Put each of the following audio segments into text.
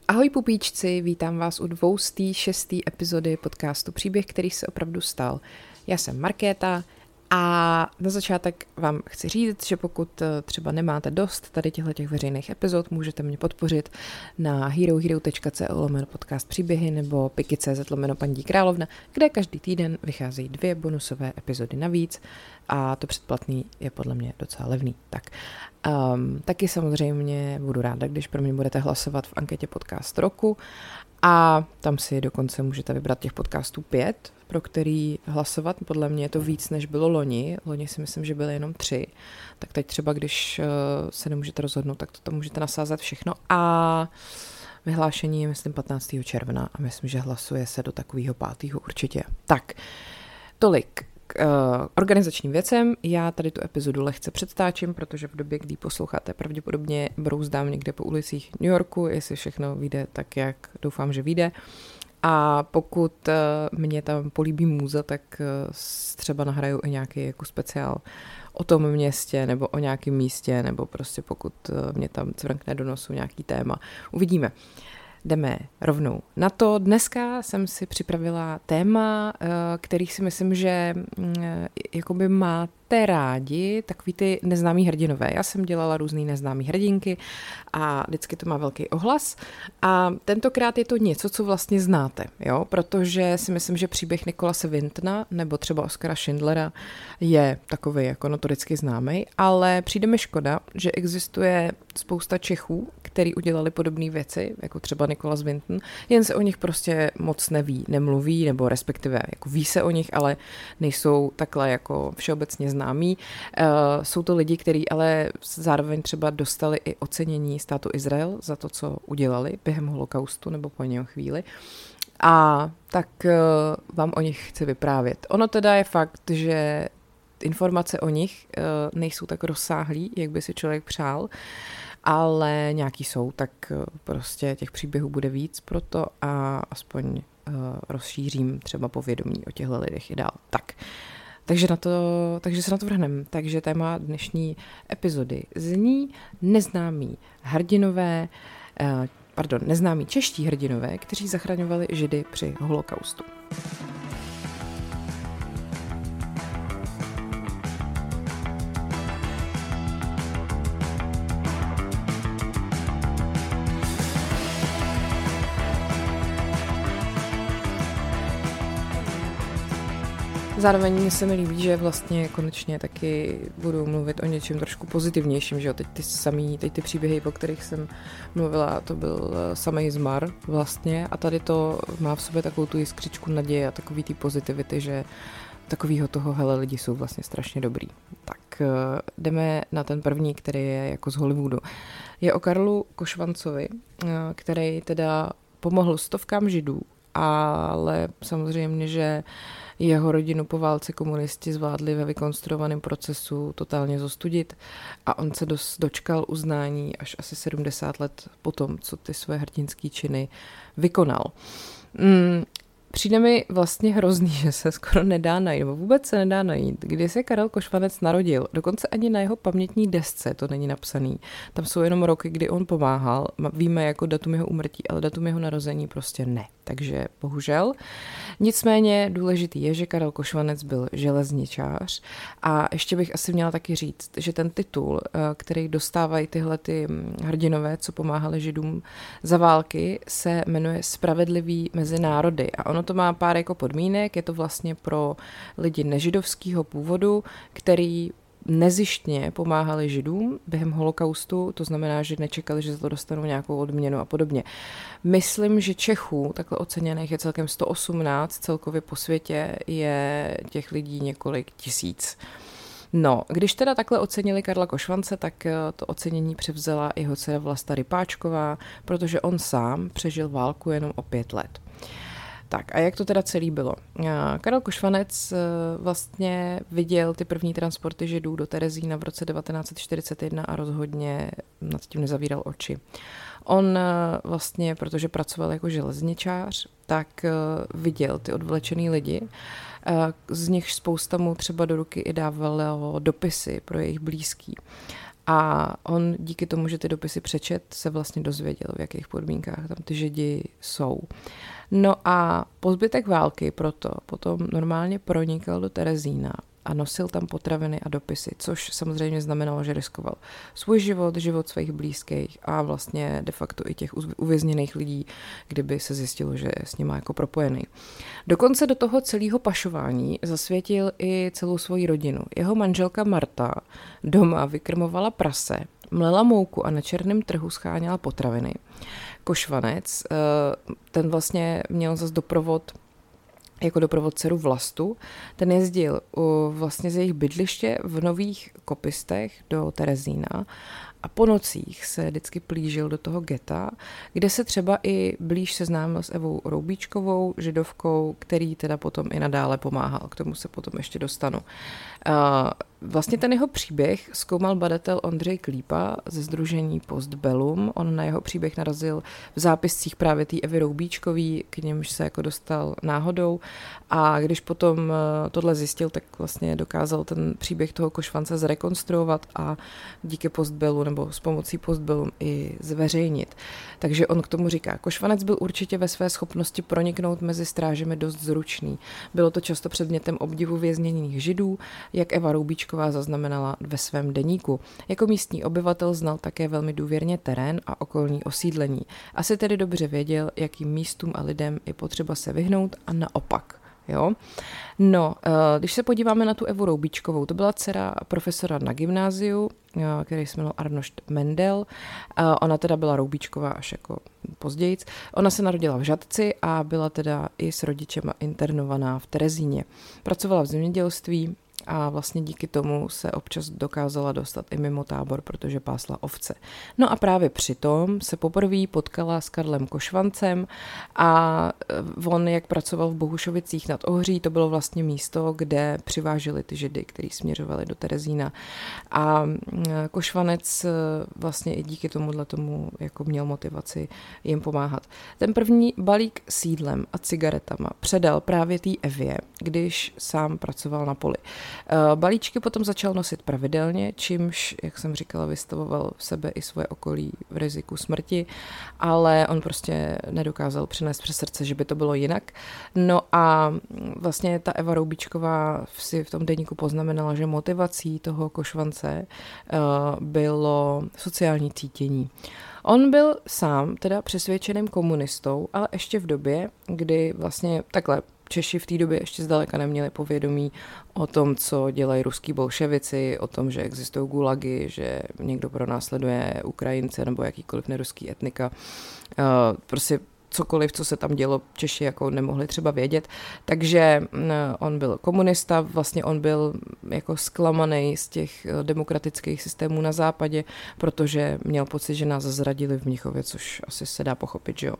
Ahoj pupíčci, vítám vás u 206. epizody podcastu Příběh, který se opravdu stal. Já jsem Markéta a na začátek vám chci říct, že pokud třeba nemáte dost tady těchto veřejných epizod, můžete mě podpořit na herohero.co/podcast příběhy nebo piky.cz/Pandí královna, kde každý týden vycházejí 2 bonusové epizody navíc a to předplatný je podle mě docela levný. Taky samozřejmě budu ráda, když pro mě budete hlasovat v anketě Podcast roku a tam si dokonce můžete vybrat těch podcastů 5, pro který hlasovat. Podle mě je to víc, než bylo loni. Loni si myslím, že byly jenom 3. Tak teď třeba, když se nemůžete rozhodnout, tak to tam můžete nasázet všechno. A vyhlášení je, myslím, 15. června a myslím, že hlasuje se do takového 5. určitě. Tak, tolik organizačním věcem. Já tady tu epizodu lehce předtáčím, protože v době, kdy posloucháte, pravděpodobně brouzdám někde po ulicích New Yorku, jestli všechno vyjde tak, jak doufám, že vyjde. A pokud mě tam políbí můza, tak třeba nahraju i nějaký jako speciál o tom městě nebo o nějakém místě, nebo prostě pokud mě tam cvrkne do nosu nějaký téma. Uvidíme. Jdeme rovnou na to. Dneska jsem si připravila téma, který si myslím, že jakoby máte rádi, takový ty neznámý hrdinové. Já jsem dělala různý neznámý hrdinky a vždycky to má velký ohlas a tentokrát je to něco, co vlastně znáte, jo? Protože si myslím, že příběh Nicholase Wintona nebo třeba Oskara Schindlera je takový jako notoricky známý, ale přijde mi škoda, že existuje spousta Čechů, který udělali podobné věci, jako třeba Nicholas Winton, jen se o nich prostě moc neví, nemluví, nebo respektive jako ví se o nich, ale nejsou takhle jako všeobecně známí. Jsou to lidi, kteří ale zároveň třeba dostali i ocenění státu Izrael za to, co udělali během holokaustu nebo po něho chvíli. A tak vám o nich chci vyprávět. Ono teda je fakt, že informace o nich nejsou tak rozsáhlý, jak by si člověk přál, ale nějaký jsou, tak prostě těch příběhů bude víc proto a aspoň rozšířím třeba povědomí o těchto lidech i dál. Takže se na to vrhneme. Takže téma dnešní epizody zní neznámí čeští hrdinové, kteří zachraňovali Židy při holokaustu. Zároveň se mi líbí, že vlastně konečně taky budu mluvit o něčem trošku pozitivnějším, že jo, teď ty příběhy, po kterých jsem mluvila, to byl samej zmar vlastně a tady to má v sobě takovou tu jiskřičku naděje a takový ty pozitivity, že takovýho toho, hele, lidi jsou vlastně strašně dobrý. Tak jdeme na ten první, který je jako z Hollywoodu. Je o Karlu Košvancovi, který teda pomohl stovkám Židů, ale samozřejmě, že jeho rodinu po válce komunisti zvládli ve vykonstruovaném procesu totálně zostudit a on se dočkal uznání až asi 70 let potom, co ty své hrdinské činy vykonal. Přijde mi vlastně hrozný, že se skoro nedá najít, nebo vůbec se nedá najít, kdy se Karel Košvanec narodil. Dokonce ani na jeho pamětní desce to není napsaný. Tam jsou jenom roky, kdy on pomáhal. Víme jako datum jeho úmrtí, ale datum jeho narození prostě ne. Takže bohužel. Nicméně důležitý je, že Karel Košvanec byl železničář a ještě bych asi měla taky říct, že ten titul, který dostávají tyhle ty hrdinové, co pomáhali Židům za války, se jmenuje Spravedlivý mezi národy a ono to má pár jako podmínek, je to vlastně pro lidi nežidovského původu, který nezištně pomáhali Židům během holokaustu, to znamená, že nečekali, že za to dostanou nějakou odměnu a podobně. Myslím, že Čechů takhle oceněných je celkem 118, celkově po světě je těch lidí několik tisíc. No, když teda takhle ocenili Karla Košvance, tak to ocenění převzala jeho dcera Vlasta Rypáčková, protože on sám přežil válku jenom o 5 let. Tak a jak to teda celý bylo? Karel Košvanec vlastně viděl ty první transporty Židů do Terezína v roce 1941 a rozhodně nad tím nezavíral oči. On vlastně, protože pracoval jako železničář, tak viděl ty odvlečený lidi, z nich spousta mu třeba do ruky i dávalo dopisy pro jejich blízký. A on díky tomu, že ty dopisy přečet, se vlastně dozvěděl, v jakých podmínkách tam ty Židi jsou. No a po zbytek války proto potom normálně pronikal do Terezína a nosil tam potraviny a dopisy, což samozřejmě znamenalo, že riskoval svůj život, život svých blízkých a vlastně de facto i těch uvězněných lidí, kdyby se zjistilo, že je s nima jako propojený. Dokonce do toho celého pašování zasvětil i celou svoji rodinu. Jeho manželka Marta doma vykrmovala prase, mlela mouku a na černém trhu scháněla potraviny. Košvanec, ten vlastně měl zas doprovod jako doprovodceru Vlastu, ten jezdil vlastně z jejich bydliště v Nových Kopistech do Terezína a po nocích se vždycky plížil do toho geta, kde se třeba i blíž seznámil s Evou Roubíčkovou, židovkou, který teda potom i nadále pomáhal. K tomu se potom ještě dostanu. Vlastně ten jeho příběh zkoumal badatel Ondřej Klípa ze sdružení Postbellum. On na jeho příběh narazil v zápiscích právě té Evy Roubíčkový, k němž se jako dostal náhodou. A když potom tohle zjistil, tak vlastně dokázal ten příběh toho Košvance zrekonstruovat a díky Postbellu nebo s pomocí Postbellum i zveřejnit. Takže on k tomu říká, Košvanec byl určitě ve své schopnosti proniknout mezi strážemi dost zručný. Bylo to často předmětem obdivu vězněných Židů, jak Eva Roubíčková zaznamenala ve svém deníku. Jako místní obyvatel znal také velmi důvěrně terén a okolní osídlení. Asi tedy dobře věděl, jakým místům a lidem je potřeba se vyhnout a naopak. Jo? No, když se podíváme na tu Evu Roubíčkovou, to byla dcera profesora na gymnáziu, který se jmenoval Arnošt Mendel. Ona teda byla Roubíčková až jako později. Ona se narodila v Žatci a byla teda i s rodičema internovaná v Terezíně. Pracovala v zemědělství a vlastně díky tomu se občas dokázala dostat i mimo tábor, protože pásla ovce. No a právě přitom se poprvé potkala s Karlem Košvancem a on, jak pracoval v Bohušovicích nad Ohří, to bylo vlastně místo, kde přiváželi ty Židy, kteří směřovali do Terezína. A Košvanec vlastně i díky tomu jako měl motivaci jim pomáhat. Ten první balík s jídlem a cigaretama předal právě té Evě, když sám pracoval na poli. Balíčky potom začal nosit pravidelně, čímž, jak jsem říkala, vystavoval v sebe i svoje okolí v riziku smrti, ale on prostě nedokázal přinést přes srdce, že by to bylo jinak. No a vlastně ta Eva Roubíčková si v tom deníku poznamenala, že motivací toho Košvance bylo sociální cítění. On byl sám teda přesvědčeným komunistou, ale ještě v době, kdy vlastně takhle Češi v té době ještě zdaleka neměli povědomí o tom, co dělají ruský bolševici, o tom, že existují gulagy, že někdo pronásleduje Ukrajince nebo jakýkoliv neruský etnika. Prostě cokoliv, co se tam dělo, Češi jako nemohli třeba vědět. Takže on byl komunista, vlastně on byl jako zklamaný z těch demokratických systémů na západě, protože měl pocit, že nás zradili v Mnichově, což asi se dá pochopit, že jo.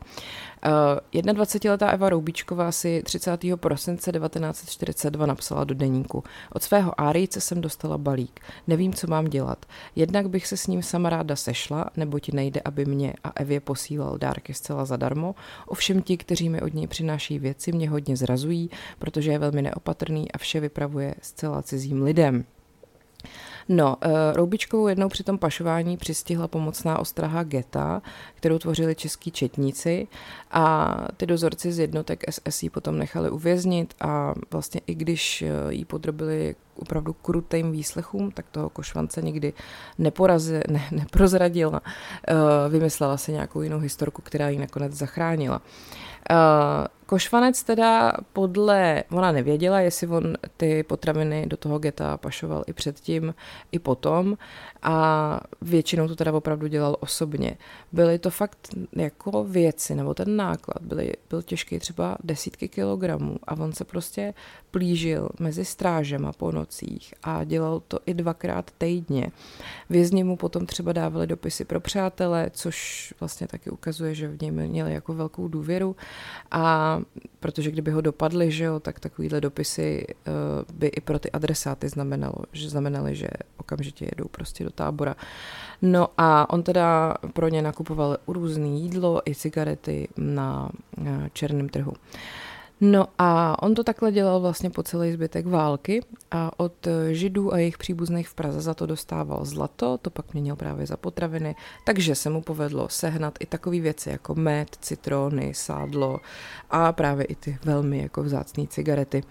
21letá Eva Roubíčková si 30. prosince 1942 napsala do deníku. Od svého árijce jsem dostala balík. Nevím, co mám dělat. Jednak bych se s ním sama ráda sešla, neboť nejde, aby mě a Evě posílal dárky zcela zadarmo. Ovšem ti, kteří mi od něj přináší věci, mě hodně zrazují, protože je velmi neopatrný a vše vypravuje zcela cizím lidem. No, Roubíčkovou jednou při tom pašování přistihla pomocná ostraha geta, kterou tvořili český četníci a ty dozorci z jednotek SS jí potom nechali uvěznit a vlastně i když jí podrobili opravdu krutým výslechům, tak toho Košvance nikdy neprozradila. Vymyslela si nějakou jinou historku, která ji nakonec zachránila. Košvanec teda ona nevěděla, jestli on ty potraviny do toho geta pašoval i předtím, i potom a většinou to teda opravdu dělal osobně. Byly to fakt jako věci, nebo ten náklad byl těžký třeba desítky kilogramů a on se prostě plížil mezi strážema po nocích a dělal to i 2krát týdně. Vězni mu potom třeba dávali dopisy pro přátele, což vlastně taky ukazuje, že v něj měli jako velkou důvěru a protože kdyby ho dopadli, že jo, tak takovýhle dopisy by i pro ty adresáty znamenaly, že okamžitě jedou prostě do tábora. No a on teda pro ně nakupoval různé jídlo i cigarety na černém trhu. No a on to takhle dělal vlastně po celý zbytek války a od Židů a jejich příbuzných v Praze za to dostával zlato, to pak měnil právě za potraviny, takže se mu povedlo sehnat i takové věci jako med, citrony, sádlo a právě i ty velmi jako vzácné cigarety.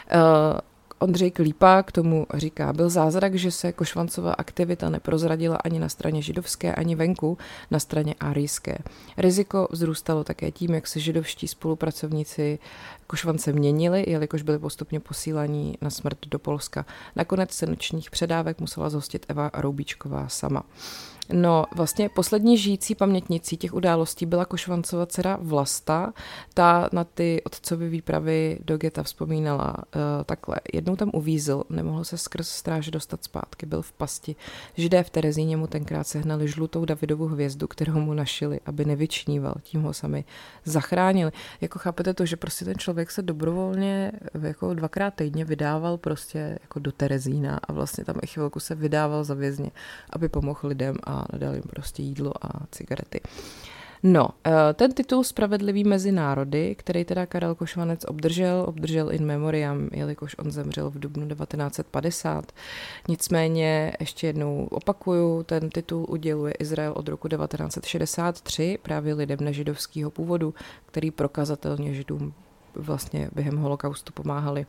Ondřej Klípa k tomu říká, byl zázrak, že se Košvancova aktivita neprozradila ani na straně židovské, ani venku, na straně árijské. Riziko vzrůstalo také tím, jak se židovští spolupracovníci Košvance měnili, jelikož byli postupně posílaní na smrt do Polska. Nakonec se nočních předávek musela zhostit Eva Roubíčková sama. No, vlastně poslední žijící pamětnicí těch událostí byla Košvancova dcera Vlasta. Ta na ty otcovy výpravy do geta vzpomínala takhle. Jednou tam uvízl, nemohl se skrz stráže dostat zpátky, byl v pasti. Židé v Terezíně mu tenkrát sehnali žlutou Davidovu hvězdu, kterou mu našili, aby nevyčníval. Tím ho sami zachránili. Jako chápete to, že prostě ten člověk se dobrovolně jako 2krát týdně vydával prostě jako do Terezína a vlastně tam i chvilku se vydával za vězně, aby pomohl lidem a dal jim prostě jídlo a cigarety. No, ten titul Spravedlivý mezi národy, který teda Karel Košvanec obdržel in memoriam, jelikož on zemřel v dubnu 1950. Nicméně, ještě jednou opakuju, ten titul uděluje Izrael od roku 1963 právě lidem nežidovského původu, který prokazatelně Židům vlastně během holokaustu pomáhali.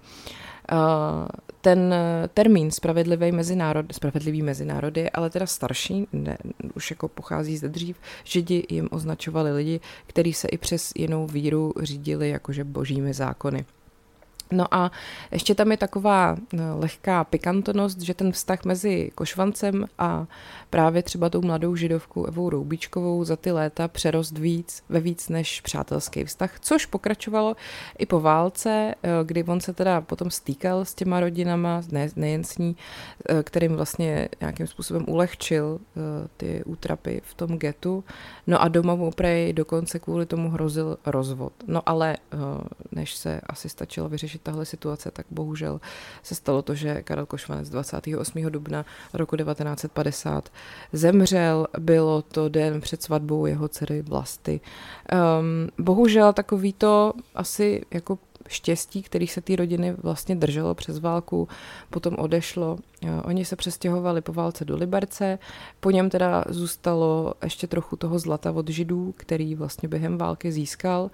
Ten termín spravedlivý mezi národy, ale teda starší, ne, už jako pochází zde dřív, Židi jim označovali lidi, kteří se i přes jinou víru řídili jakože božími zákony. No a ještě tam je taková lehká pikantnost, že ten vztah mezi Košvancem a právě třeba tou mladou židovkou Evou Roubíčkovou za ty léta přerost ve víc než přátelský vztah, což pokračovalo i po válce, kdy on se teda potom stýkal s těma rodinama, nejen s ní, kterým vlastně nějakým způsobem ulehčil ty útrapy v tom getu. No a doma mu prej dokonce kvůli tomu hrozil rozvod. No ale než se asi stačilo vyřešit tahle situace, tak bohužel se stalo to, že Karel Košvanec 28. dubna roku 1950 zemřel. Bylo to den před svatbou jeho dcery Vlasty. Bohužel takový to asi jako štěstí, který se té rodiny vlastně drželo přes válku, potom odešlo. Oni se přestěhovali po válce do Liberce, po něm teda zůstalo ještě trochu toho zlata od Židů, který vlastně během války získal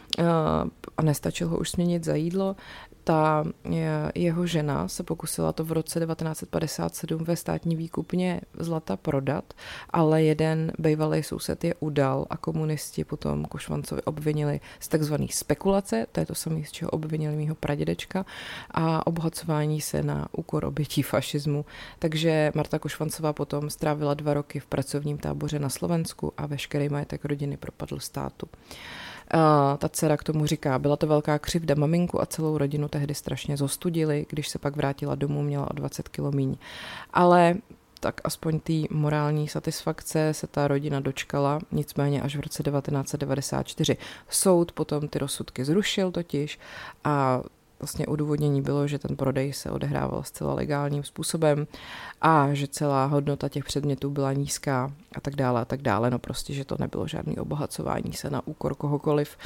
a nestačilo ho už směnit za jídlo. Ta jeho žena se pokusila to v roce 1957 ve státní výkupně zlata prodat, ale jeden bývalý soused je udal a komunisti potom Košvancovi obvinili z takzvaných spekulace, to je to samé, z čeho obvinili mýho pradědečka, a obohacování se na úkor obětí fašismu. Takže Marta Košvancová potom strávila 2 roky v pracovním táboře na Slovensku a veškerý majetek rodiny propadl státu. Ta dcera k tomu říká, byla to velká křivda, maminku a celou rodinu tehdy strašně zostudili, když se pak vrátila domů, měla o 20 kilo míň. Ale tak aspoň té morální satisfakce se ta rodina dočkala, nicméně až v roce 1994. Soud potom ty rozsudky zrušil totiž a vlastně odůvodnění bylo, že ten prodej se odehrával zcela legálním způsobem a že celá hodnota těch předmětů byla nízká a tak dále. No prostě, že to nebylo žádný obohacování se na úkor kohokoliv.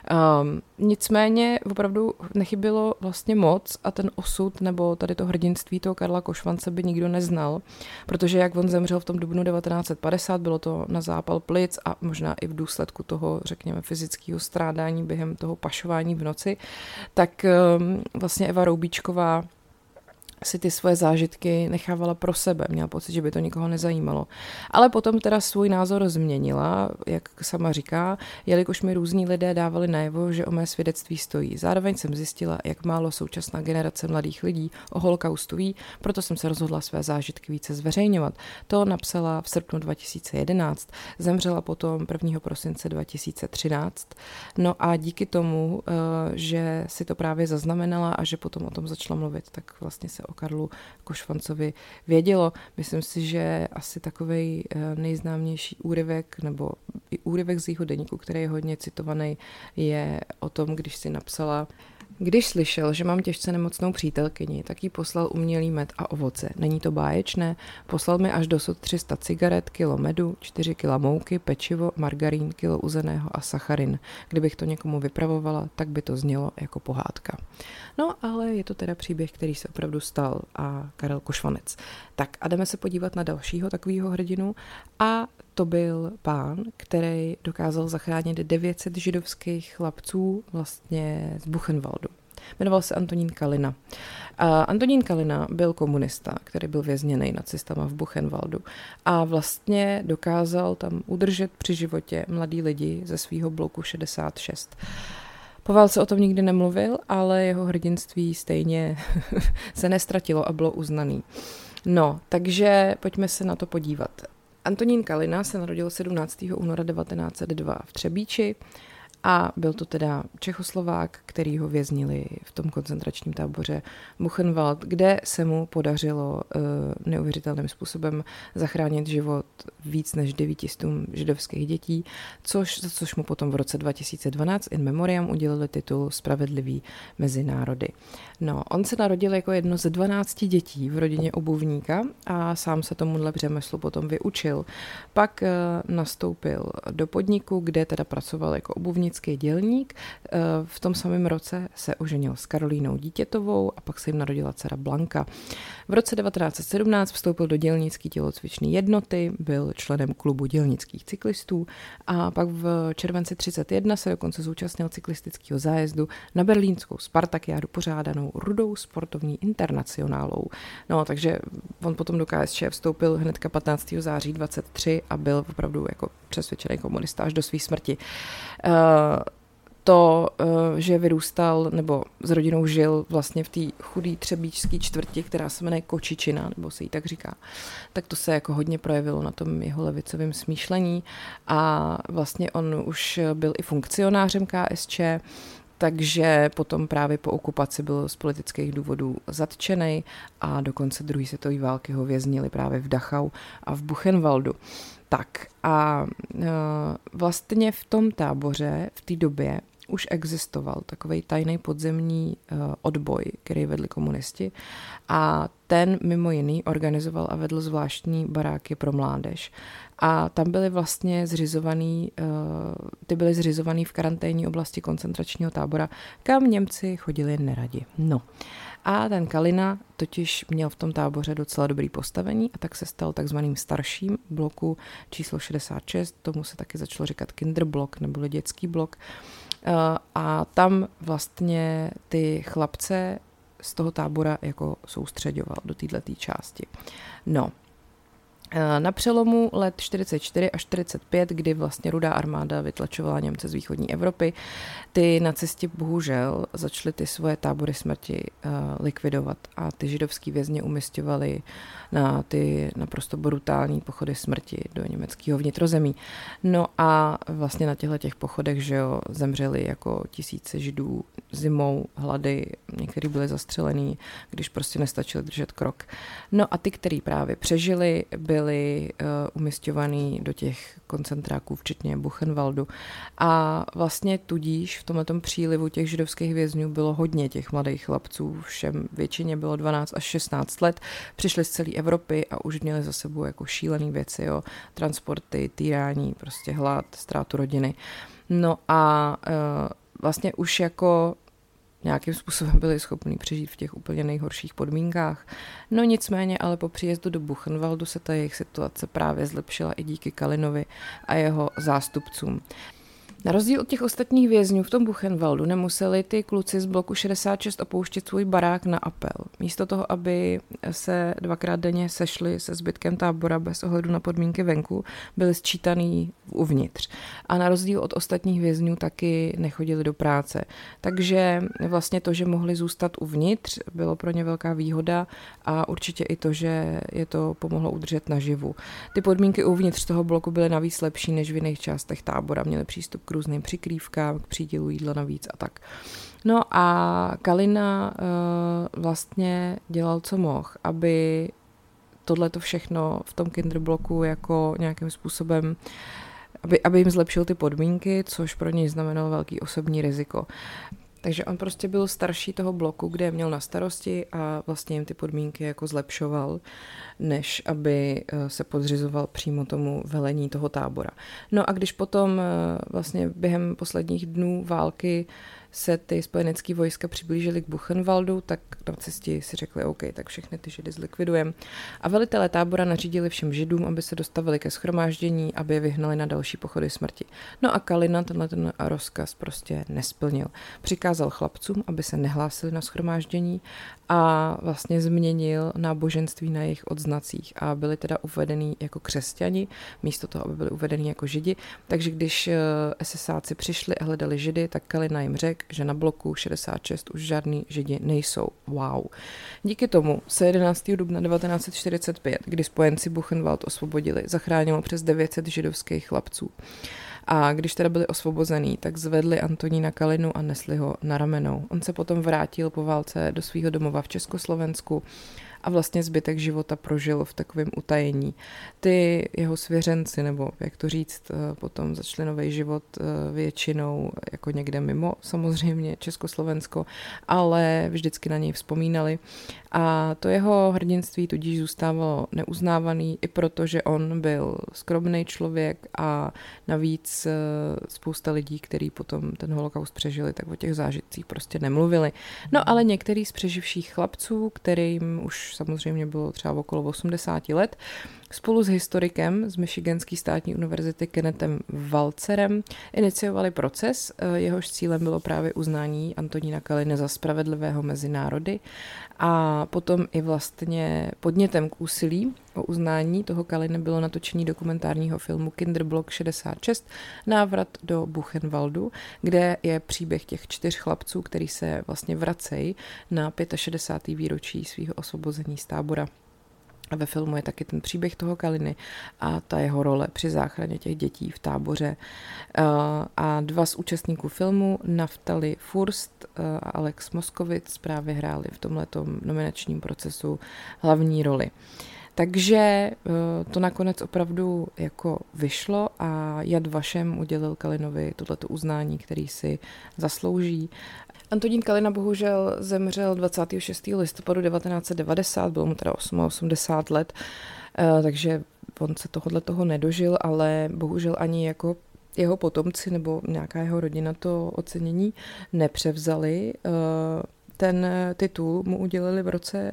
Nicméně opravdu nechybilo vlastně moc a ten osud nebo tady to hrdinství toho Karla Košvance by nikdo neznal, protože jak on zemřel v tom dubnu 1950, bylo to na zápal plic a možná i v důsledku toho, řekněme, fyzického strádání během toho pašování v noci, tak vlastně Eva Roubíčková si ty svoje zážitky nechávala pro sebe. Měla pocit, že by to nikoho nezajímalo. Ale potom teda svůj názor změnila, jak sama říká, jelikož mi různí lidé dávali najevo, že o mé svědectví stojí. Zároveň jsem zjistila, jak málo současná generace mladých lidí o holokaustu ví, proto jsem se rozhodla své zážitky více zveřejňovat. To napsala v srpnu 2011, zemřela potom 1. prosince 2013. No a díky tomu, že si to právě zaznamenala a že potom o tom začala mluvit, tak vlastně se o Karlu Košvancovi vědělo. Myslím si, že asi takovej nejznámější úryvek, nebo i úryvek z jeho deníku, který je hodně citovaný, je o tom, když si napsala: Když slyšel, že mám těžce nemocnou přítelkyni, tak jí poslal umělý med a ovoce. Není to báječné? Poslal mi až dosud 300 cigaret, kilo medu, 4 kila mouky, pečivo, margarín, kilo uzeného a sacharin. Kdybych to někomu vypravovala, tak by to znělo jako pohádka. No, ale je to teda příběh, který se opravdu stal a Karel Košvanec. Tak a jdeme se podívat na dalšího takového hrdinu a to byl pán, který dokázal zachránit 900 židovských chlapců vlastně z Buchenwaldu. Jmenoval se Antonín Kalina. Antonín Kalina byl komunista, který byl vězněný nacistama v Buchenwaldu a vlastně dokázal tam udržet při životě mladý lidi ze svého bloku 66. Po válce o tom nikdy nemluvil, ale jeho hrdinství stejně se nestratilo a bylo uznaný. No, takže pojďme se na to podívat. Antonín Kalina se narodil 17. února 1902 v Třebíči a byl to teda Čechoslovák, který ho věznili v tom koncentračním táboře Buchenwald, kde se mu podařilo neuvěřitelným způsobem zachránit život víc než 900 židovských dětí, což mu potom v roce 2012 in memoriam udělili titul Spravedlivý mezi národy. No, on se narodil jako jedno ze 12 dětí v rodině obuvníka a sám se tomuhle řemeslu potom vyučil. Pak nastoupil do podniku, kde teda pracoval jako obuvnický dělník. V tom samém roce se oženil s Karolínou Dítětovou a pak se jim narodila dcera Blanka. V roce 1917 vstoupil do dělnické tělocvičné jednoty, byl členem klubu dělnických cyklistů a pak v červenci 1931 se dokonce zúčastnil cyklistického zájezdu na berlínskou Spartakiádu pořádanou Rudou sportovní internacionálou. No, takže on potom do KSČ vstoupil hnedka 15. září 23 a byl opravdu jako přesvědčený komunista až do své smrti. Že vyrůstal nebo s rodinou žil vlastně v té chudé třebíčské čtvrti, která se jmenuje Kočičina, nebo se jí tak říká, tak to se jako hodně projevilo na tom jeho levicovém smýšlení a vlastně on už byl i funkcionářem KSČ, takže potom právě po okupaci byl z politických důvodů zatčený a do konce druhé světové války ho věznili právě v Dachau a v Buchenwaldu. Tak a vlastně v tom táboře v té době už existoval takovej tajný podzemní odboj, který vedli komunisti a ten mimo jiný organizoval a vedl zvláštní baráky pro mládež. A tam byly vlastně zřizovaný v karanténní oblasti koncentračního tábora, kam Němci chodili neradi. No. A ten Kalina totiž měl v tom táboře docela dobrý postavení a tak se stal takzvaným starším bloku číslo 66, tomu se taky začalo říkat Kinderblok nebo dětský blok. A tam vlastně ty chlapce z toho tábora jako soustředoval do této části. No, na přelomu let 44 až 45, kdy vlastně Rudá armáda vytlačovala Němce z východní Evropy, ty nacisti bohužel začali ty svoje tábory smrti likvidovat a ty židovský vězně umisťovali na ty naprosto brutální pochody smrti do německého vnitrozemí. No a vlastně na těch pochodech, že jo, zemřeli jako tisíce Židů zimou, hlady, někteří byli zastřelení, když prostě nestačili držet krok. No a ty, který právě přežili, byli umisťovaný do těch koncentráků, včetně Buchenwaldu. A vlastně tudíž v tomhletom přílivu těch židovských vězňů bylo hodně těch mladých chlapců, všem většině bylo 12 až 16 let, přišli z celé Evropy a už měli za sebou jako šílený věci, jo, transporty, týrání, prostě hlad, ztrátu rodiny. No a vlastně už jako nějakým způsobem byli schopni přežít v těch úplně nejhorších podmínkách. No nicméně, ale po příjezdu do Buchenwaldu se ta jejich situace právě zlepšila i díky Kalinovi a jeho zástupcům. Na rozdíl od těch ostatních vězňů v tom Buchenwaldu nemuseli ty kluci z bloku 66 opouštět svůj barák na apel. Místo toho, aby se 2krát denně sešli se zbytkem tábora bez ohledu na podmínky venku, byli sčítaný uvnitř. A na rozdíl od ostatních vězňů taky nechodili do práce. Takže vlastně to, že mohli zůstat uvnitř, bylo pro ně velká výhoda a určitě i to, že je to pomohlo udržet naživu. Ty podmínky uvnitř toho bloku byly navíc lepší než v jiných částech tábora. Měli přístup k různým přikrývkám, k přídělu jídla navíc a tak. No a Kalina vlastně dělal, co mohl, aby tohleto všechno v tom kinderbloku jako nějakým způsobem, aby jim zlepšil ty podmínky, což pro něj znamenalo velký osobní riziko. Takže on prostě byl starší toho bloku, kde je měl na starosti a vlastně jim ty podmínky jako zlepšoval, než aby se podřizoval přímo tomu velení toho tábora. No a když potom vlastně během posledních dnů války se ty spojenecké vojska přiblížily k Buchenwaldu, tak nacisti si řekli, OK, tak všechny ty Židy zlikvidujeme. A velitelé tábora nařídili všem Židům, aby se dostavili ke shromáždění, aby je vyhnali na další pochody smrti. No a Kalina ten rozkaz prostě nesplnil. Přikázal chlapcům, aby se nehlásili na shromáždění a vlastně změnil náboženství na jejich odznacích a byli teda uvedení jako křesťani, místo toho, aby byli uvedení jako Židi. Takže když SSáci přišli a hledali Židy, tak Kalina jim řekl, že na bloku 66 už žádný Židi nejsou. Wow. Díky tomu se 11. dubna 1945, kdy spojenci Buchenwald osvobodili, zachránilo přes 900 židovských chlapců. A když teda byli osvobozený, tak zvedli Antonína Kalinu a nesli ho na ramenou. On se potom vrátil po válce do svého domova v Československu a vlastně zbytek života prožil v takovém utajení. Ty jeho svěřenci, nebo jak to říct, potom začali nový život většinou jako někde mimo, samozřejmě Československo, ale vždycky na něj vzpomínali. A to jeho hrdinství tudíž zůstávalo neuznávaný, i protože on byl skromný člověk a navíc spousta lidí, kteří potom ten holokaust přežili, tak o těch zážitcích prostě nemluvili. No ale některý z přeživších chlapců, kterým už samozřejmě bylo třeba okolo 80 let, spolu s historikem z Michiganské státní univerzity Kennethem Walzerem iniciovali proces, jehož cílem bylo právě uznání Antonína Kaliny za spravedlivého mezi národy a potom i vlastně podnětem k úsilí o uznání toho Kaliny bylo natočení dokumentárního filmu Kinderblock 66 Návrat do Buchenwaldu, kde je příběh těch 4 chlapců, který se vlastně vracejí na 65. výročí svého osvobození z tábora. A ve filmu je taky ten příběh toho Kaliny a ta jeho role při záchraně těch dětí v táboře. A 2 z účastníků filmu, Naftali Furst a Alex Moskowitz, právě hráli v tomhletom nominačním procesu hlavní roli. Takže to nakonec opravdu jako vyšlo a Yad Vashem udělil Kalinovi tohleto uznání, který si zaslouží. Antonín Kalina bohužel zemřel 26. listopadu 1990, bylo mu teda 88 let, takže on se toho nedožil, ale bohužel ani jako jeho potomci nebo nějaká jeho rodina to ocenění nepřevzali. Ten titul mu udělili v roce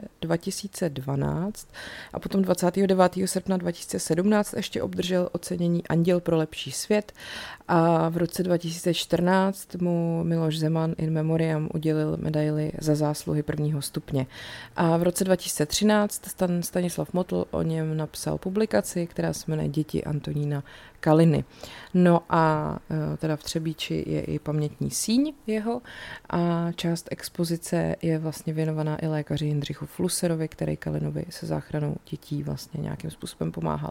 2012 a potom 29. srpna 2017 ještě obdržel ocenění Anděl pro lepší svět a v roce 2014 mu Miloš Zeman in memoriam udělil medaili za zásluhy 1. stupně. A v roce 2013 Stanislav Motl o něm napsal publikaci, která se jmenuje Děti Antonína Kaliny. No a teda v Třebíči je i pamětní síň jeho a část expozice je vlastně věnovaná i lékaři Jindřichu Flusserovi, který Kalinovi se záchranou dětí vlastně nějakým způsobem pomáhal.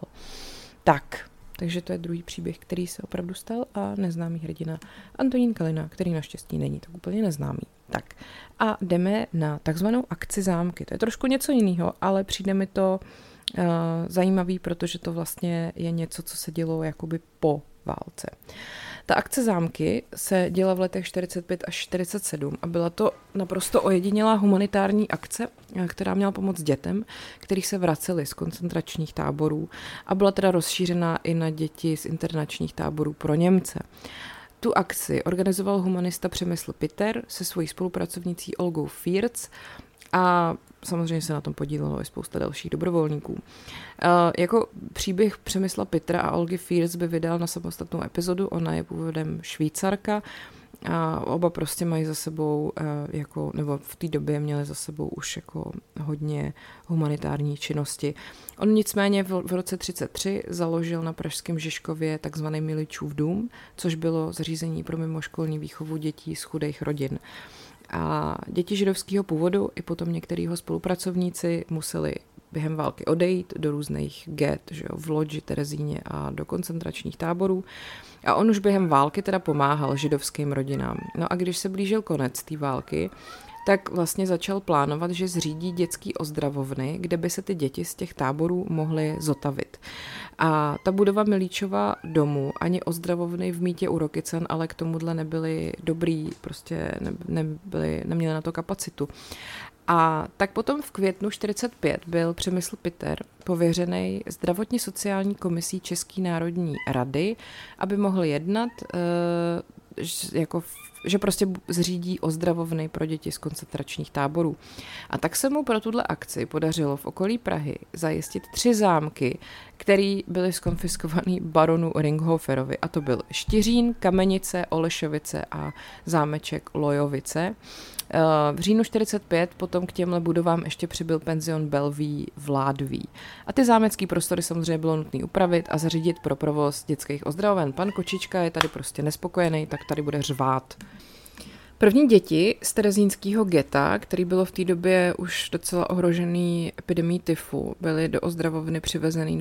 Takže to je druhý příběh, který se opravdu stal a neznámý hrdina Antonín Kalina, který naštěstí není tak úplně neznámý. Tak a jdeme na takzvanou akci zámky. To je trošku něco jiného, ale přijde mi to zajímavý, protože to vlastně je něco, co se dělo jakoby po válce. Ta akce zámky se děla v letech 45 až 47 a byla to naprosto ojedinělá humanitární akce, která měla pomoct dětem, který se vraceli z koncentračních táborů a byla teda rozšířená i na děti z internačních táborů pro Němce. Tu akci organizoval humanista Přemysl Pitter se svojí spolupracovnicí Olgou Fierz a samozřejmě se na tom podílelo i spousta dalších dobrovolníků. Jako příběh Přemysla Pittra a Olgy Fierz by vydal na samostatnou epizodu, ona je původem Švýcarka a oba prostě mají za sebou, nebo v té době měli za sebou už jako hodně humanitární činnosti. On nicméně v roce 1933 založil na pražském Žižkově takzvaný Miličův dům, což bylo zařízení pro mimoškolní výchovu dětí z chudých rodin. A děti židovského původu i potom některého spolupracovníci museli během války odejít do různých get, v Lodži, Terezíně a do koncentračních táborů. A on už během války teda pomáhal židovským rodinám. No a když se blížil konec té války, tak vlastně začal plánovat, že zřídí dětský ozdravovny, kde by se ty děti z těch táborů mohly zotavit. A ta budova Milíčova domu ani ozdravovny v Mýtě u Rokycan ale k tomuhle nebyly dobrý, prostě neměly na to kapacitu. A tak potom v květnu 1945 byl Přemysl Pitter pověřený zdravotně sociální komisí České národní rady, aby mohl jednat, že prostě zřídí ozdravovny pro děti z koncentračních táborů. A tak se mu pro tuhle akci podařilo v okolí Prahy zajistit 3 zámky, které byly zkonfiskovaný baronu Ringhoferovi. A to byl Štiřín, Kamenice, Olešovice a zámeček Lojovice. V říjnu 1945 potom k těmhle budovám ještě přibyl penzion Bellevue v Ládví. A ty zámecký prostory samozřejmě bylo nutné upravit a zařídit pro provoz dětských ozdravoven. Pan Kočička je tady prostě nespokojený, tak tady bude řvát. První děti z terezínského geta, který bylo v té době už docela ohrožený epidemií tyfu, byly do ozdravovny přivezený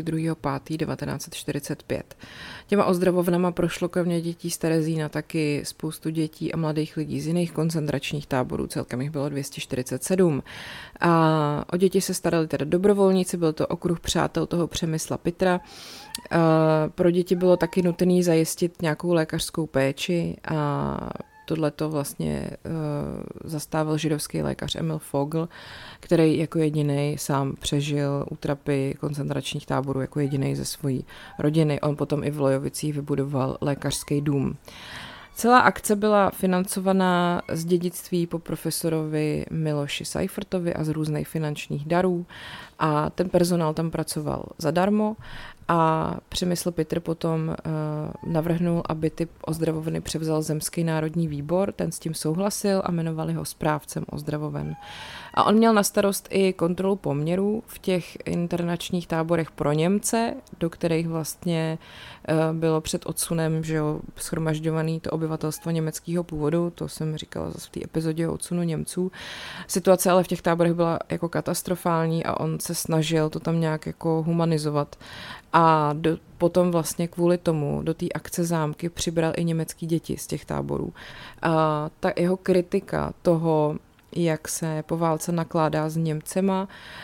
22.5.1945. Těma ozdravovnama prošlo kromě dětí z Terezína taky spoustu dětí a mladých lidí z jiných koncentračních táborů, celkem jich bylo 247. A o děti se starali teda dobrovolníci, byl to okruh přátel toho Přemysla Pittera. Pro děti bylo taky nutné zajistit nějakou lékařskou péči a tohleto vlastně zastával židovský lékař Emil Fogel, který jako jedinej sám přežil útrapy koncentračních táborů jako jedinej ze svojí rodiny. On potom i v Lojovicích vybudoval lékařský dům. Celá akce byla financovaná z dědictví po profesorovi Miloši Seifertovi a z různých finančních darů a ten personál tam pracoval zadarmo a Přemysl Pitter potom navrhnul, aby ty ozdravovny převzal Zemský národní výbor, ten s tím souhlasil a jmenovali ho správcem ozdravoven. A on měl na starost i kontrolu poměrů v těch internačních táborech pro Němce, do kterých vlastně bylo před odsunem, že jo, shromažďovaný to obyvatelstvo německého původu, to jsem říkala zase v té epizodě o odsunu Němců. Situace ale v těch táborech byla jako katastrofální a on se snažil to tam nějak jako humanizovat. A potom vlastně kvůli tomu do té akce zámky přibral i německý děti z těch táborů. A ta jeho kritika toho, jak se po válce nakládá s Němcema,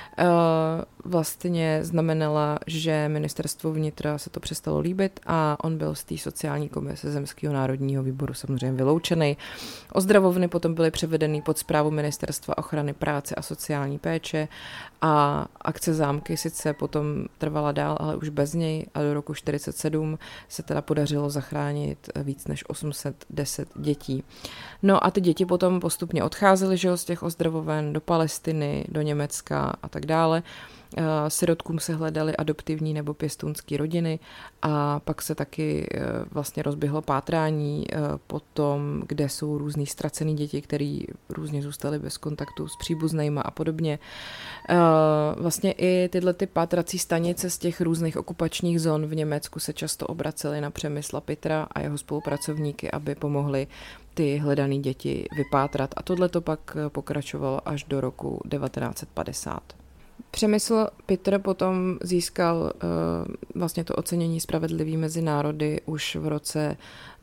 vlastně znamenala, že ministerstvo vnitra se to přestalo líbit a on byl z té sociální komise Zemského národního výboru samozřejmě vyloučený. Ozdravovny potom byly převedeny pod správu Ministerstva ochrany práce a sociální péče a akce zámky sice potom trvala dál, ale už bez něj a do roku 1947 se teda podařilo zachránit víc než 810 dětí. No a ty děti potom postupně odcházely, že jo, z těch ozdravoven do Palestiny, do Německa a tak dále. Sirotkům se hledaly adoptivní nebo pěstounské rodiny a pak se taky vlastně rozběhlo pátrání po tom, kde jsou různý ztracený děti, které různě zůstaly bez kontaktu s příbuznejma a podobně. Vlastně i tyhle ty pátrací stanice z těch různých okupačních zón v Německu se často obracely na Přemysla Pittera a jeho spolupracovníky, aby pomohli ty hledané děti vypátrat. A tohle to pak pokračovalo až do roku 1950. Přemysl Pitter potom získal vlastně to ocenění Spravedlivý mezi národy už v roce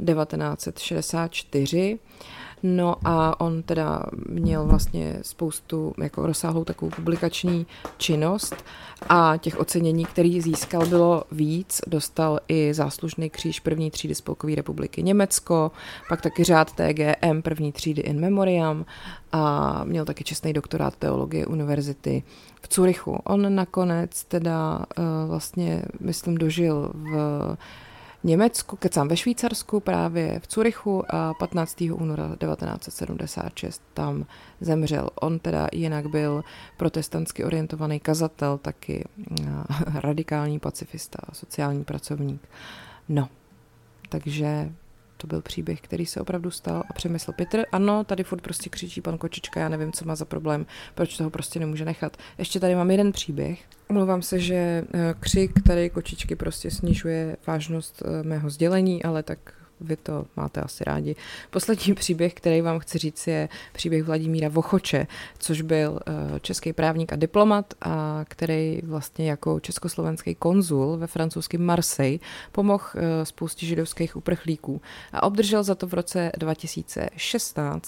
1964. No a on teda měl vlastně spoustu jako rozsáhlou takovou publikační činnost a těch ocenění, který získal, bylo víc. Dostal i záslužný kříž první třídy Spolkové republiky Německo, pak taky řád TGM první třídy in memoriam a měl taky čestný doktorát teologie univerzity v Curychu. On nakonec teda vlastně, myslím, dožil v Německu, kecám ve Švýcarsku, právě v Curychu a 15. února 1976 tam zemřel. On teda jinak byl protestantsky orientovaný kazatel, taky radikální pacifista a sociální pracovník. No, takže to byl příběh, který se opravdu stal a Přemysl Pitter. Ano, tady furt prostě křičí pan Kočička, já nevím, co má za problém, proč toho prostě nemůže nechat. Ještě tady mám jeden příběh. Omlouvám se, že křik tady Kočičky prostě snižuje vážnost mého sdělení, ale tak vy to máte asi rádi. Poslední příběh, který vám chci říct, je příběh Vladimíra Vochoče, což byl český právník a diplomat, a který vlastně jako československý konzul ve francouzském Marseille pomohl spoustě židovských uprchlíků a obdržel za to v roce 2016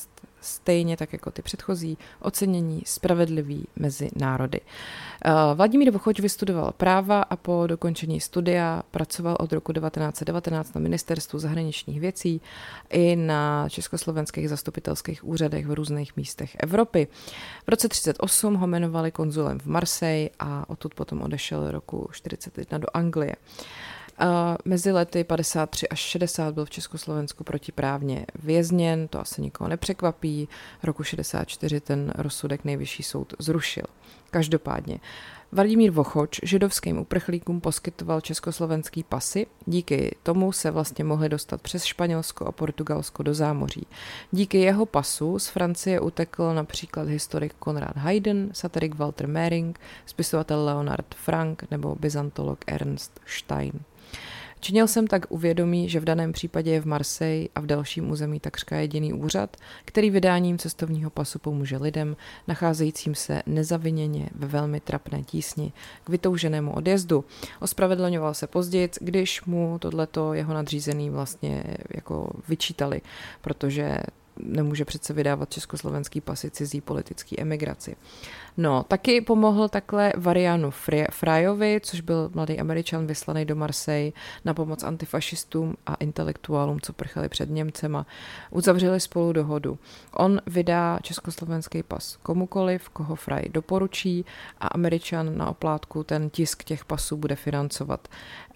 stejně tak jako ty předchozí, ocenění spravedlivý mezi národy. Vladimír Vochoč vystudoval práva a po dokončení studia pracoval od roku 1919 na ministerstvu zahraničních věcí i na československých zastupitelských úřadech v různých místech Evropy. V roce 1938 ho jmenovali konzulem v Marseille a odtud potom odešel roku 1941 do Anglie. Mezi lety 53 až 60 byl v Československu protiprávně vězněn, to asi nikoho nepřekvapí. Roku 64 ten rozsudek Nejvyšší soud zrušil. Každopádně Vladimír Vochoč židovským uprchlíkům poskytoval československý pasy, díky tomu se vlastně mohli dostat přes Španělsko a Portugalsko do zámoří. Díky jeho pasu z Francie utekl například historik Konrad Haydn, satirik Walter Mehring, spisovatel Leonard Frank nebo byzantolog Ernst Stein. Činil jsem tak uvědomí, že v daném případě je v Marseille a v dalším území takřka jediný úřad, který vydáním cestovního pasu pomůže lidem, nacházejícím se nezaviněně ve velmi trapné tísni k vytouženému odjezdu. Ospravedlňoval se později, když mu tohleto jeho nadřízený vlastně jako vyčítali, protože nemůže přece vydávat československý pasy cizí politický emigraci. No, taky pomohl takhle Varianu Fryovi, což byl mladý Američan vyslaný do Marseille na pomoc antifašistům a intelektuálům, co prchali před Němcema. Uzavřeli spolu dohodu. On vydá československý pas komukoliv, koho Fry doporučí a Američan na oplátku ten tisk těch pasů bude financovat.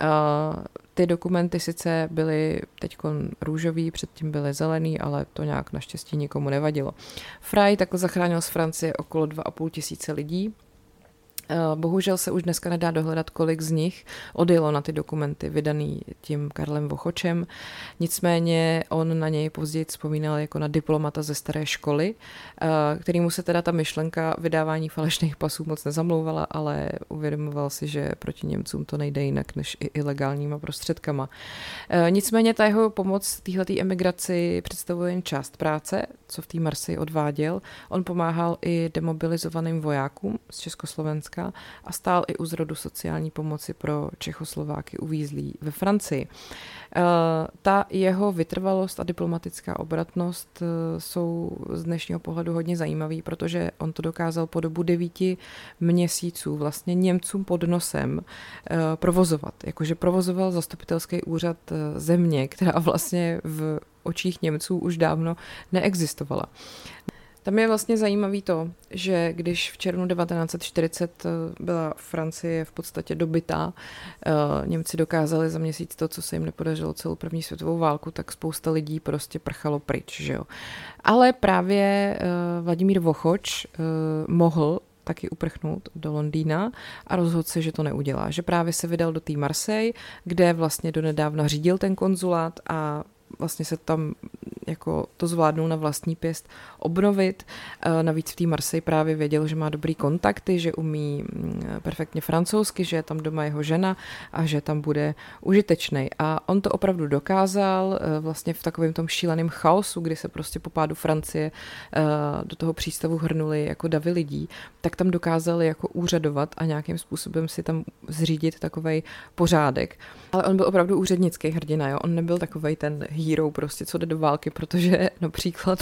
Ty dokumenty sice byly teď růžový, předtím byly zelený, ale to nějak naštěstí nikomu nevadilo. Fry takhle zachránil z Francie okolo 2,5 tisíce lidí. Bohužel se už dneska nedá dohledat, kolik z nich odjelo na ty dokumenty vydaný tím Karlem Vochočem. Nicméně on na něj později vzpomínal jako na diplomata ze staré školy, kterýmu se teda ta myšlenka vydávání falešných pasů moc nezamlouvala, ale uvědomoval si, že proti Němcům to nejde jinak než i ilegálníma prostředkama. Nicméně ta jeho pomoc téhletý emigraci představuje jen část práce, co v té Marseille odváděl. On pomáhal i demobilizovaným vojákům z Československa a stál i u zrodu sociální pomoci pro Čechoslováky uvízlí ve Francii. Ta jeho vytrvalost a diplomatická obratnost jsou z dnešního pohledu hodně zajímavý, protože on to dokázal po dobu 9 měsíců vlastně Němcům pod nosem provozovat. Jakože provozoval zastupitelský úřad země, která vlastně v očích Němců už dávno neexistovala. Tam je vlastně zajímavý to, že když v červnu 1940 byla Francie v podstatě dobytá, Němci dokázali za měsíc to, co se jim nepodařilo celou první světovou válku, tak spousta lidí prostě prchalo pryč. Že jo? Ale právě Vladimír Vochoč mohl taky uprchnout do Londýna a rozhodl se, že to neudělá. Že právě se vydal do té Marseille, kde vlastně donedávna řídil ten konzulát a vlastně se tam jako to zvládnul na vlastní pěst obnovit. Navíc v té Marseille právě věděl, že má dobrý kontakty, že umí perfektně francouzsky, že je tam doma jeho žena a že tam bude užitečný. A on to opravdu dokázal vlastně v takovém tom šíleném chaosu, kdy se prostě po pádu Francie do toho přístavu hrnuli jako davy lidí, tak tam dokázali jako úřadovat a nějakým způsobem si tam zřídit takovej pořádek. Ale on byl opravdu úřednický hrdina, jo? On nebyl takovej ten hero prostě, co jde do války, protože například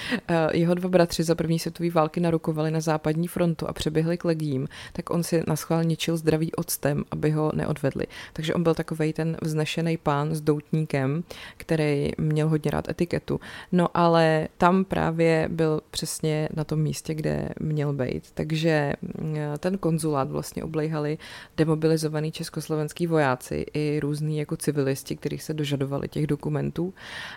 jeho 2 bratři za první světové války narukovali na západní frontu a přeběhli k legiím, tak on si naschvál ničil zdraví octem, aby ho neodvedli. Takže on byl takovej ten vznešený pán s doutníkem, který měl hodně rád etiketu. No ale tam právě byl přesně na tom místě, kde měl být. Takže ten konzulát vlastně oblejhali demobilizovaný československý vojáci i různý jako civilisti, kterých se dožadovali těch dokumentů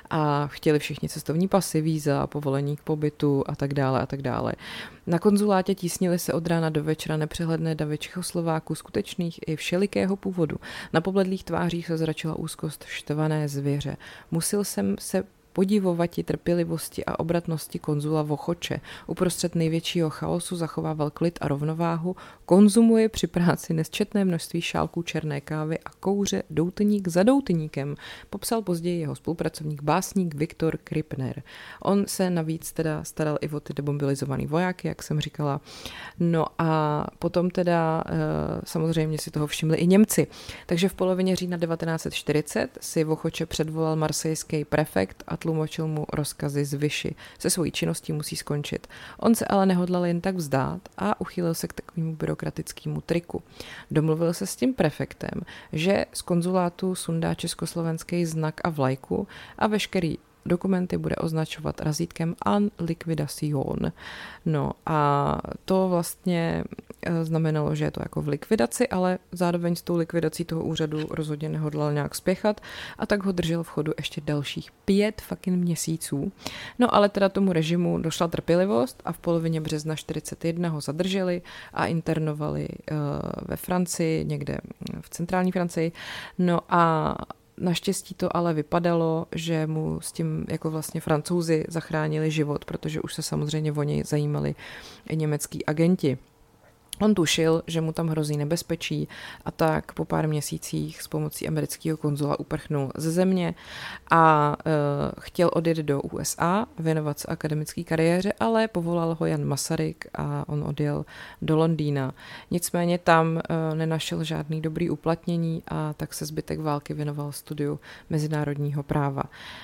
a chtěli všichni cestovní pasy, víza, povolení k pobytu a tak dále a tak dále. Na konzulátě tísnili se od rána do večera nepřehledné davy Čechoslováků skutečných i všelikého původu. Na pobledlých tvářích se zračila úzkost štvané zvěře. Musel jsem se podivovati trpělivosti a obratnosti konzula Vochoče. Uprostřed největšího chaosu zachovával klid a rovnováhu, konzumuje při práci nesčetné množství šálků černé kávy a kouře doutník za doutníkem, popsal později jeho spolupracovník básník Viktor Krippner. On se navíc teda staral i o ty demobilizovaný vojáky, jak jsem říkala. No a potom teda samozřejmě si toho všimli i Němci. Takže v polovině října 1940 si Vochoče předvolal marsejský prefekt a tlumočil mu rozkazy z Vichy. Se svojí činností musí skončit. On se ale nehodlal jen tak vzdát a uchýlil se k takovému byrokratickému triku. Domluvil se s tím prefektem, že z konzulátu sundá československý znak a vlajku a veškerý dokumenty bude označovat razítkem en liquidation. No a to vlastně znamenalo, že je to jako v likvidaci, ale zároveň s tou likvidací toho úřadu rozhodně nehodlal nějak spěchat a tak ho držel v chodu ještě dalších 5 fucking měsíců. No ale teda tomu režimu došla trpělivost a v polovině března 1941 ho zadrželi a internovali ve Francii, někde v centrální Francii. No a naštěstí to ale vypadalo, že mu s tím jako vlastně Francouzi zachránili život, protože už se samozřejmě o něj zajímali i německý agenti. On tušil, že mu tam hrozí nebezpečí a tak po pár měsících s pomocí amerického konzula uprchnul ze země a chtěl odjet do USA, věnovat se akademické kariéře, ale povolal ho Jan Masaryk a on odjel do Londýna. Nicméně tam nenašel žádný dobrý uplatnění a tak se zbytek války věnoval studiu mezinárodního práva.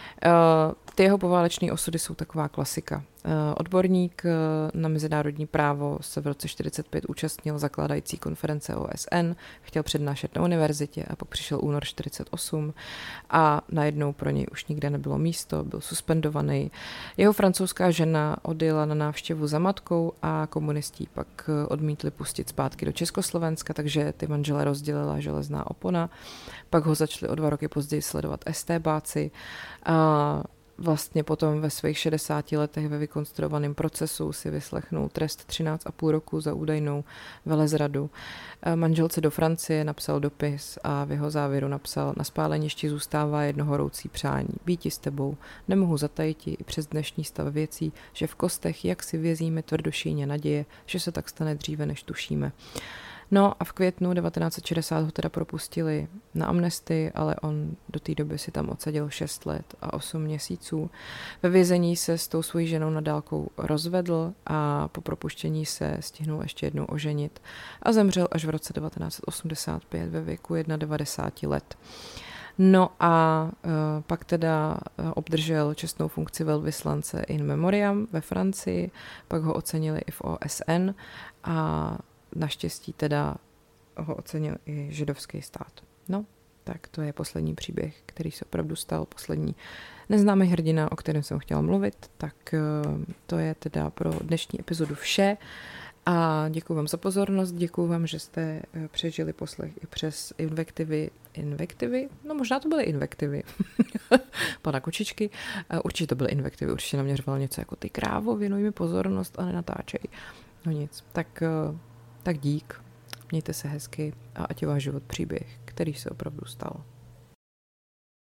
Ty jeho poválečné osudy jsou taková klasika. Odborník na mezinárodní právo se v roce 1945 účastnil zakládající konference OSN, chtěl přednášet na univerzitě a pak přišel únor 1948 a najednou pro něj už nikde nebylo místo, byl suspendovaný. Jeho francouzská žena odjela na návštěvu za matkou a komunisti pak odmítli pustit zpátky do Československa, takže ty manžele rozdělila železná opona. Pak ho začali o 2 roky později sledovat estébáci a vlastně potom ve svých 60 letech ve vykonstruovaném procesu si vyslechnul trest 13,5 roku za údajnou velezradu. Manželce do Francie napsal dopis a v jeho závěru napsal: na spáleništi zůstává jedno horoucí přání. Býti s tebou. Nemohu zatajiti i přes dnešní stav věcí, že v kostech jak si vězíme tvrdošíjně naděje, že se tak stane dříve, než tušíme. No a v květnu 1960 ho teda propustili na amnestii, ale on do té doby si tam odseděl 6 let a 8 měsíců. Ve vězení se s tou svojí ženou na dálku rozvedl a po propuštění se stihnul ještě jednou oženit a zemřel až v roce 1985 ve věku 91 let. No a pak teda obdržel čestnou funkci velvyslance in memoriam ve Francii, pak ho ocenili i v OSN a naštěstí teda ho ocenil i židovský stát. No, tak to je poslední příběh, který se opravdu stal, poslední neznámý hrdina, o kterém jsem chtěla mluvit, tak to je teda pro dnešní epizodu vše. A děkuji vám za pozornost, děkuji vám, že jste přežili poslech i přes invektivy, no možná to byly invektivy, pana Kočičky, určitě to byly invektivy, určitě na mě řval něco jako ty krávo, věnuj mi pozornost a nenatáčej. No nic, tak dík, mějte se hezky a ať je váš život příběh, který se opravdu stal.